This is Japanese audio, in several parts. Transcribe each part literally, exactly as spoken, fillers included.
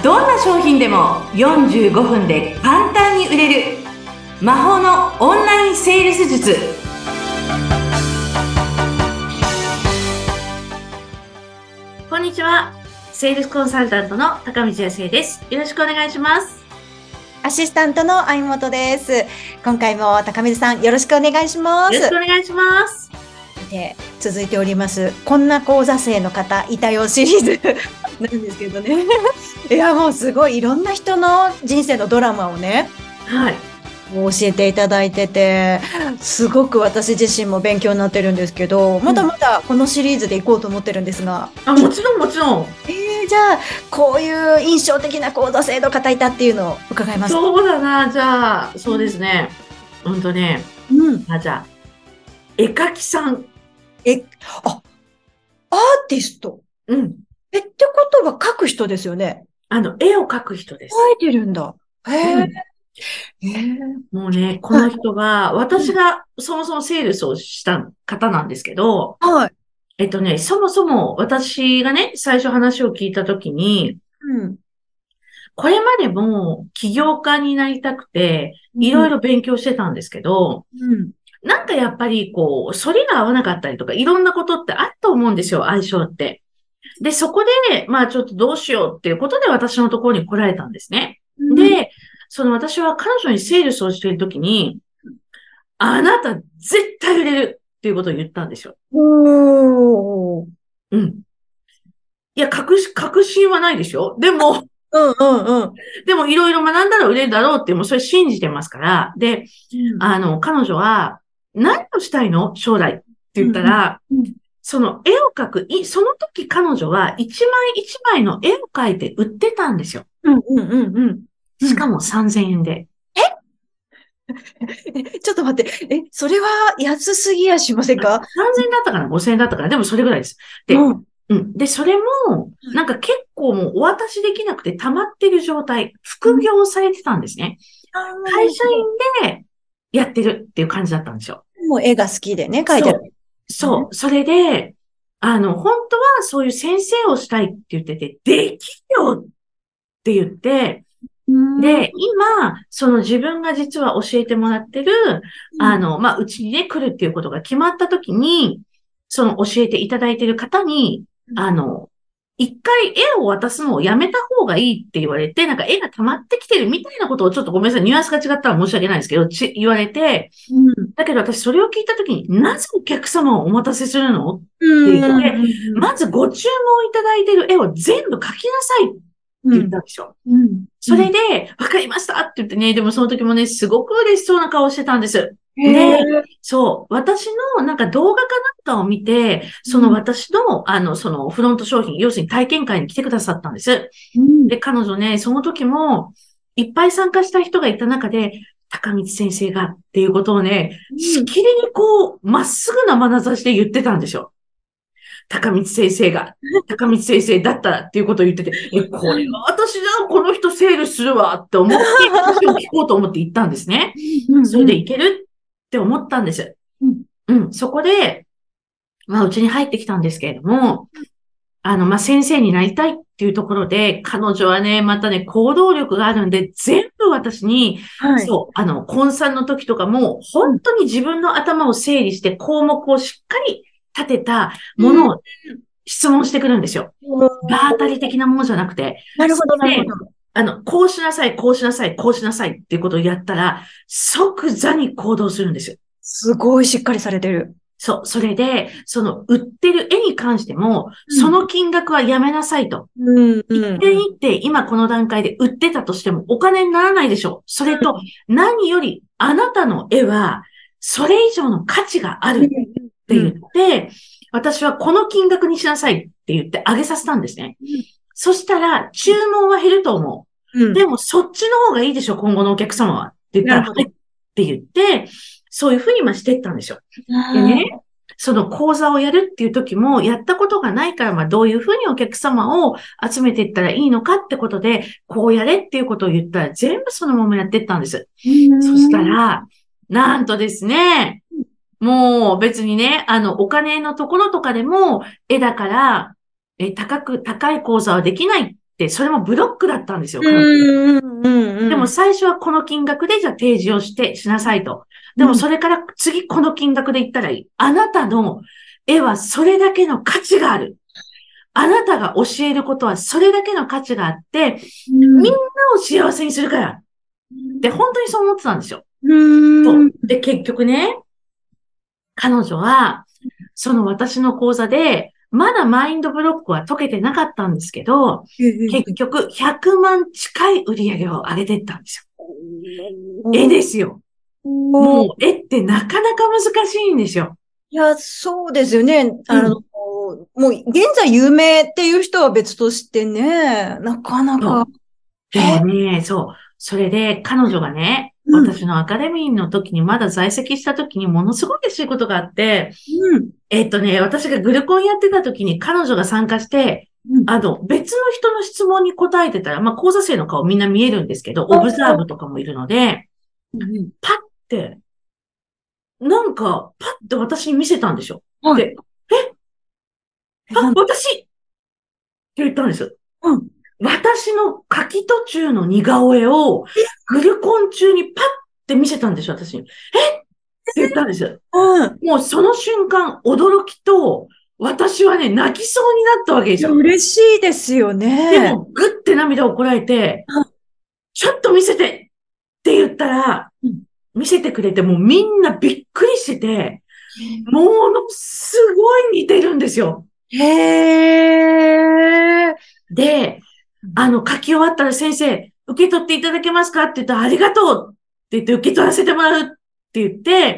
どんな商品でもよんじゅうごふんで簡単に売れる魔法のオンラインセールス術。こんにちは。セールスコンサルタントの高道康恵です。よろしくお願いします。 アシスタントの相本です。今回も高道さんよろしくお願いします。 よろしくお願いします。 で、続いておりますこんな講座生の方いたよシリーズなんですけどねいやもうすごいいろんな人の人生のドラマをね、 はい、 教えていただいてて、すごく私自身も勉強になってるんですけど、まだまだこのシリーズでいこうと思ってるんですが、 うん、あもちろんもちろん。 えー、じゃあこういう印象的な講座生の方いたっていうのを伺います。 そうだな。じゃあそうですね。本当ね。 うん。 あじゃあ絵描きさん。 え、あ、アーティスト。 うん。 え、ってことは描く人ですよね。 あの、絵を描く人です。 描いてるんだ。へえ。うん、えー、 もうね、この人が、私がそもそもセールスをした方なんですけど、 はい。 えっとね、そもそも私がね、最初話を聞いたときに、 うん。 これまでも起業家になりたくて、いろいろ勉強してたんですけど、 うん。 なんかやっぱりこう、反りが合わなかったりとか、いろんなことってあると思うんですよ、相性って。で、そこで、まあちょっとどうしようっていうことで私のところに来られたんですね。 うん。 で、その私は彼女にセールスをしているときに、あなた絶対売れるっていうことを言ったんですよ。 おー。 うん。いや、確し、確信はないですよ。でも、 うんうんうん。 でもいろいろ学んだら売れるだろうって、もうそれ信じてますから。で、 うん。 あの、彼女は、何をしたいの将来って言ったうんら、 うん。 その絵を描く、い、その時彼女は一枚一枚の絵を描いて売ってたんですよ。 うんうんうんうん。 しかもさんぜんえんで。 え、ちょっと待って。え、それは安すぎやしませんか？ さんぜんえんだったかな ?ごせん 円だったかなでもそれぐらいです。で、 うん。 うん。で、それも、なんか結構もうお渡しできなくて溜まってる状態、副うん。 業されてたんですね。 ああ、な会社るほど。 員でやってるっていう感じだったんですよ。 もう絵が好きでね、描いてる。 そう。 ね。 そう。それで、あの、本当はそういう先生をしたいって言ってて、できるよって言って、 うーん。 で、今、その自分が実は教えてもらってる、 うん。 あの、まあ、うちにね、来るっていうことが決まった時に、その教えていただいている方に、あの、一回絵を渡すのをやめた方がいいって言われて、なんか絵が溜まってきてるみたいなことをちょっとごめんなさい、ニュアンスが違ったら申し訳ないですけど、ち言われて、 うん。 だけど私それを聞いたときに、なぜお客様をお待たせするのって言って、 うんうんうんまずご注文いただいている絵を全部描きなさいってうん。 言ったんですよ。 うん。 それで、わかりましたって言ってね、でもその時もね、すごく嬉しそうな顔してたんです。 へで、 え。 そう、私のなんか動画かなんかを見て、そのうん。 私の、あの、そのフロント商品、要するに体験会に来てくださったんです。 うん。 で、彼女ね、その時も、いっぱい参加した人がいた中で、高道先生がっていうことをね、しきりにこう、まっすぐな眼差しで言ってたんですよ。高道先生が、高道先生だったらっていうことを言ってて、え、これは私じゃこの人セールするわって思って話を聞こうと思って行ったんですね。それでいけるって思ったんです。 うん。 うん、そこで、まあ、うちに入ってきたんですけれども、あの、まあ、先生になりたいっていうところで、彼女はね、またね、行動力があるんで、全部私に、 はい。 そう、あの、コンサルの時とかも、本うん。 当に自分の頭を整理して項目をしっかり立てたもうん。 のを質問してくるんですよ。場当たり的なものじゃなくて、 なるほど、なるほで、 ど。 あの、こうしなさい、こうしなさい、こうしなさいっていうことをやったら、即座に行動するんですよ。 すごいしっかりされてる。 そう。それで、その売ってる絵に関しても、 うん。 その金額はやめなさいと。 うん、うん、 一うん。 点一点今この段階で売ってたとしてもお金にならないでしょう。それと、何よりあなたの絵は、それ以上の価値があるって言っうん。 て、私はこの金額にしなさいって言って上げさせたんですね。そしたら、注文は減ると思う。 うん。 でも、そっちの方がいいでしょ、今後のお客様は。って言ったら、 なるほど。 はいって言って、そういうふうにましていったんですよ。であね、その講座をやるっていう時も、やったことがないから、まあどういうふうにお客様を集めていったらいいのかってことで、こうやれっていうことを言ったら、全部そのままやっていったんです。 うそしたん。 ら、なんとですね、もう別にね、あの、お金のところとかでも、絵だから、え、高く、高い講座はできないっ 、それもブロックだったんですよ、 う彼女。 んうんうんうん。 でも最初はこの金額でじゃあ提示をしてしなさいと。でうんもそれから次この金額で言ったらいい。あなたの絵はそれだけの価値がある。あなたが教えることはそれだけの価値があって、みんなを幸せにするから。って本当にそう思ってたんですよ。 うん。 そう。で、結局ね、彼女は、その私の講座で、まだマインドブロックは解けてなかったんですけど、結局ひゃくまん近い売り上げを上げていったんですよ。絵ですよ。もう絵ってなかなか難しいんですよ。 いや、そうですよね。あの、 うん、 もう現在有名っていう人は別としてね、なかなか。 でもね、そう。それで彼女がね、 うん、 私のアカデミーの時にまだ在籍した時にものすごい嬉しいことがあって、 うん、 えっとね、私がグルコンやってた時に彼女が参加して、 うん。 あの、別の人の質問に答えてたら、まあ、講座生の顔みんな見えるんですけど、オブザーブとかもいるので、 うんパッて、なんか、パッて私に見せたんでしょ。 はい。 で、え、あ、 えなん私って言ったんです。 うん。 私の書き途中の似顔絵を、グルコン中にパッて見せたんですよ、私に。えって言ったんです。 うん。 もうその瞬間、驚きと、私はね、泣きそうになったわけでいや、 すよ。 嬉しいですよね。 でも、ぐって涙をこらえて、ちょっと見せてって言ったら、 うん。 見せてくれて、もうみんなびっくりしてて、ものすごい似てるんですよ。 へー。 で、あの、書き終わったら先生、受け取っていただけますかって言ったら、ありがとうって言って受け取らせてもらうって言って、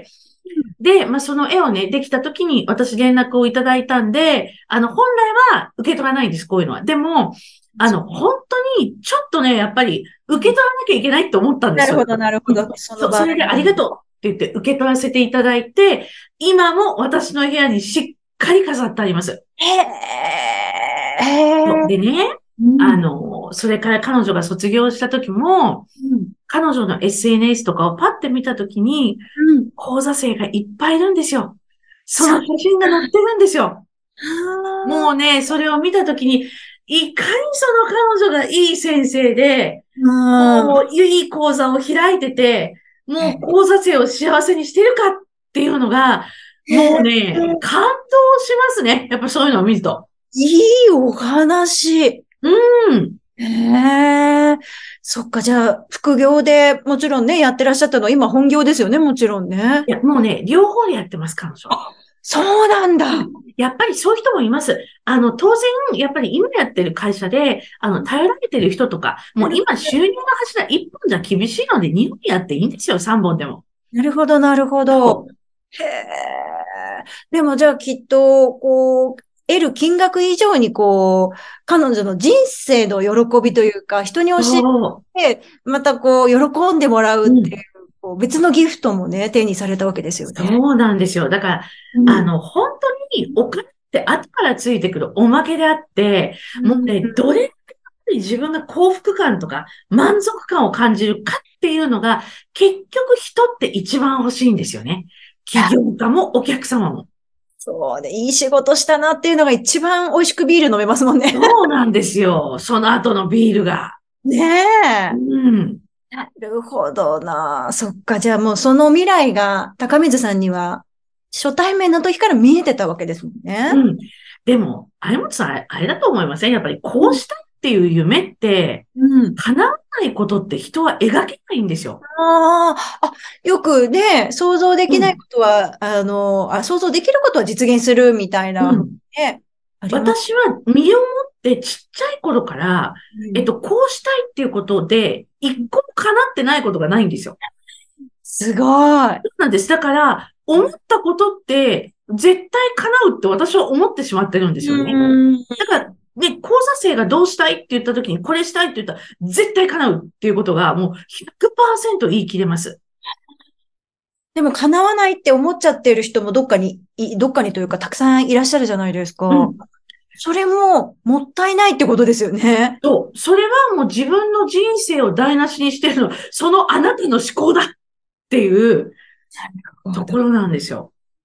で、まあ、その絵をね、できた時に私連絡をいただいたんで、あの、本来は受け取らないんです、こういうのは。でも、あの、本当に、ちょっとね、やっぱり、受け取らなきゃいけないって思ったんですよ。 なるほど、なるほうん。 ど。そのそ、 場合それでありがは。 とうって言って受け取らせていただいて、今も私の部屋にしっかり飾ってあります。 へそうでー。 ね、あうん。 の、それから彼女が卒業した時も、 うん。 彼女の エスエヌエス とかをパッて見た時に、 うん。 講座生がいっぱいいるんですよ。そそう。 の写真が載ってるんですよ。もあうね、それを見たときに、いかにその彼女がいい先生で、 ーうん。 もういい講座を開いてて、もう講座生を幸せにしてるかっていうのが、もうへー。 ね、感動しますね。やっぱそういうのを見ると。 いいお話。 うん。 へえ。そっか、じゃあ、副業でもちろんね、やってらっしゃったのは今本業ですよね、もちろんね。 いや、もうね、両方でやってます、彼女は。 あ、そうなんだ。 やっぱりそういう人もいます。あの、当然、やっぱり今やってる会社で、あの、頼られてる人とか、もう今収入の柱いっぽんじゃ厳しいのでにほんやっていいんですよ、さんぼんでも。 なるほど、なるほど。 そう。 へえ。でもじゃあきっと、こう、得る金額以上にこう、彼女の人生の喜びというか、人に教そえて、またこう、喜んでもらうう。 っていう、 うん。 こう別のギフトもね、手にされたわけですよね。 そうなんですよ。だから、 うん。 あの、本当にお金って後からついてくるおまけであって、もううん。 ね、どれだけ自分が幸福感とか満足感を感じるかっていうのが、結局人って一番欲しいんですよね。企業家もお客様も。 そうね、いい仕事したなっていうのが一番美味しくビール飲めますもんね。 そうなんですよ。その後のビールが。 ねうえ。 ん。 なるほどな。そっか。じゃあもうその未来が高水さんには初対面の時から見えてたわけですもんね。 うん。でも、有本さん、あれあれだと思いません？やっぱりこうん。 うしたいっていう夢って、 うん。 叶わないことって人は描けないんですよ。 ああ、あ、よくね、想像できないうん。 ことは、あの、あ、想像できることは実現するみたいな、 うん。 ね、あります。 私は身をもってちっちゃい頃から、 うん。 えっと、こうしたいっていうことで、一個も叶ってないことがないんですよ。 すごい。 なんです。だから、思ったことって、絶対叶うって私は思ってしまってるんですよね。 うん。 だから、ね、講座生がどうしたいって言った時に、これしたいって言ったら、絶対叶うっていうことが、もうひゃくパーセント言い切れます。 でも叶わないって思っちゃってる人もどっかに、いどっかにというかたくさんいらっしゃるじゃないですか。 うん。 それももったいないってことですよね。 そう。それはもう自分の人生を台無しにしてるのは、そのあなたの思考だっていうなるほど。 ところなんですよ。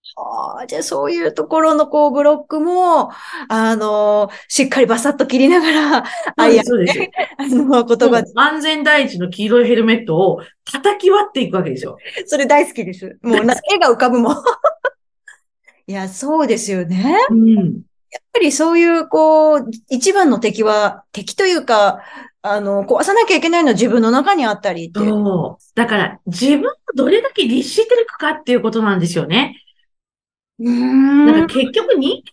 ああ、じゃあそういうところのこうブロックも、あの、しっかりバサッと切りながら、あ、いや、 そうです、そうです。 あの、言葉、 もう安全第一の黄色いヘルメットを叩き割っていくわけですよ。 それ大好きです。もうなんか絵が浮かぶもん。いや、そうですよね。やっうん。 ぱりそういう、こう、一番の敵は、敵というか、あの、壊さなきゃいけないのは自分の中にあったりっていう。 そう。だから、自分をどれだけ律していくかっていうことなんですよね。 うーん。 なんか結局人間って、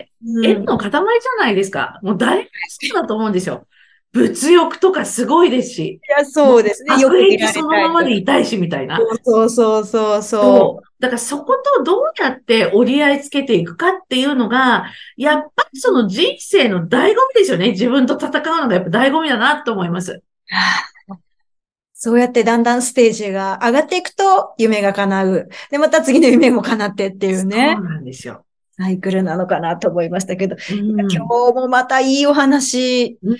うん。い縁の塊じゃないですか。もう誰もそうだと思うんですよ。物欲とかすごいですし、 や、 もうそうですね。よ悪く見役そのまられたい。 までいたいしみたいな。 そうそうそうそそう。だからそことどうやって折り合いつけていくかっていうのが、やっぱりその人生の醍醐味ですよね。自分と戦うのがやっぱ醍醐味だなと思います。 う。そうやってだんだんステージが上がっていくと夢が叶う。で、また次の夢も叶ってっていうね、 そうなんですよ。 サイクルなのかなと思いましたけど、いうやん。 今日もまたいいお話、 うん。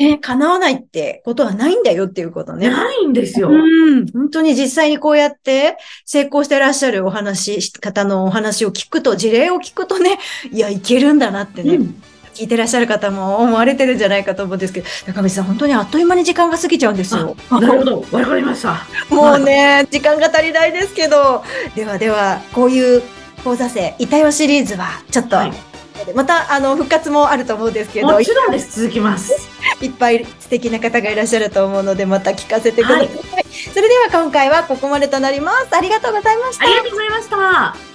ね、叶わないってことはないんだよっていうことね。 ないんですよ。 うん、本当に実際にこうやって成功してらっしゃるお話、方のお話を聞くと、事例を聞くとね、いや、いけるんだなってね、 うん。 聞いてらっしゃる方も思われてるんじゃないかと思うんですけど、中道さん、本当にあっという間に時間が過ぎちゃうんですあ、 よ。 なるほど。わかりました。 もうはい。 ね、時間が足りないですけど、ではでは、こういう講座生、いたよシリーズは、ちょっと、 はい。 また、あの、復活もあると思うんですけど、いもちろんです。続きます。 っぱい素敵な方がいらっしゃると思うので、また聞かせてください。 はい。 それでは今回はここまでとなります。ありがとうございました。 ありがとうございました。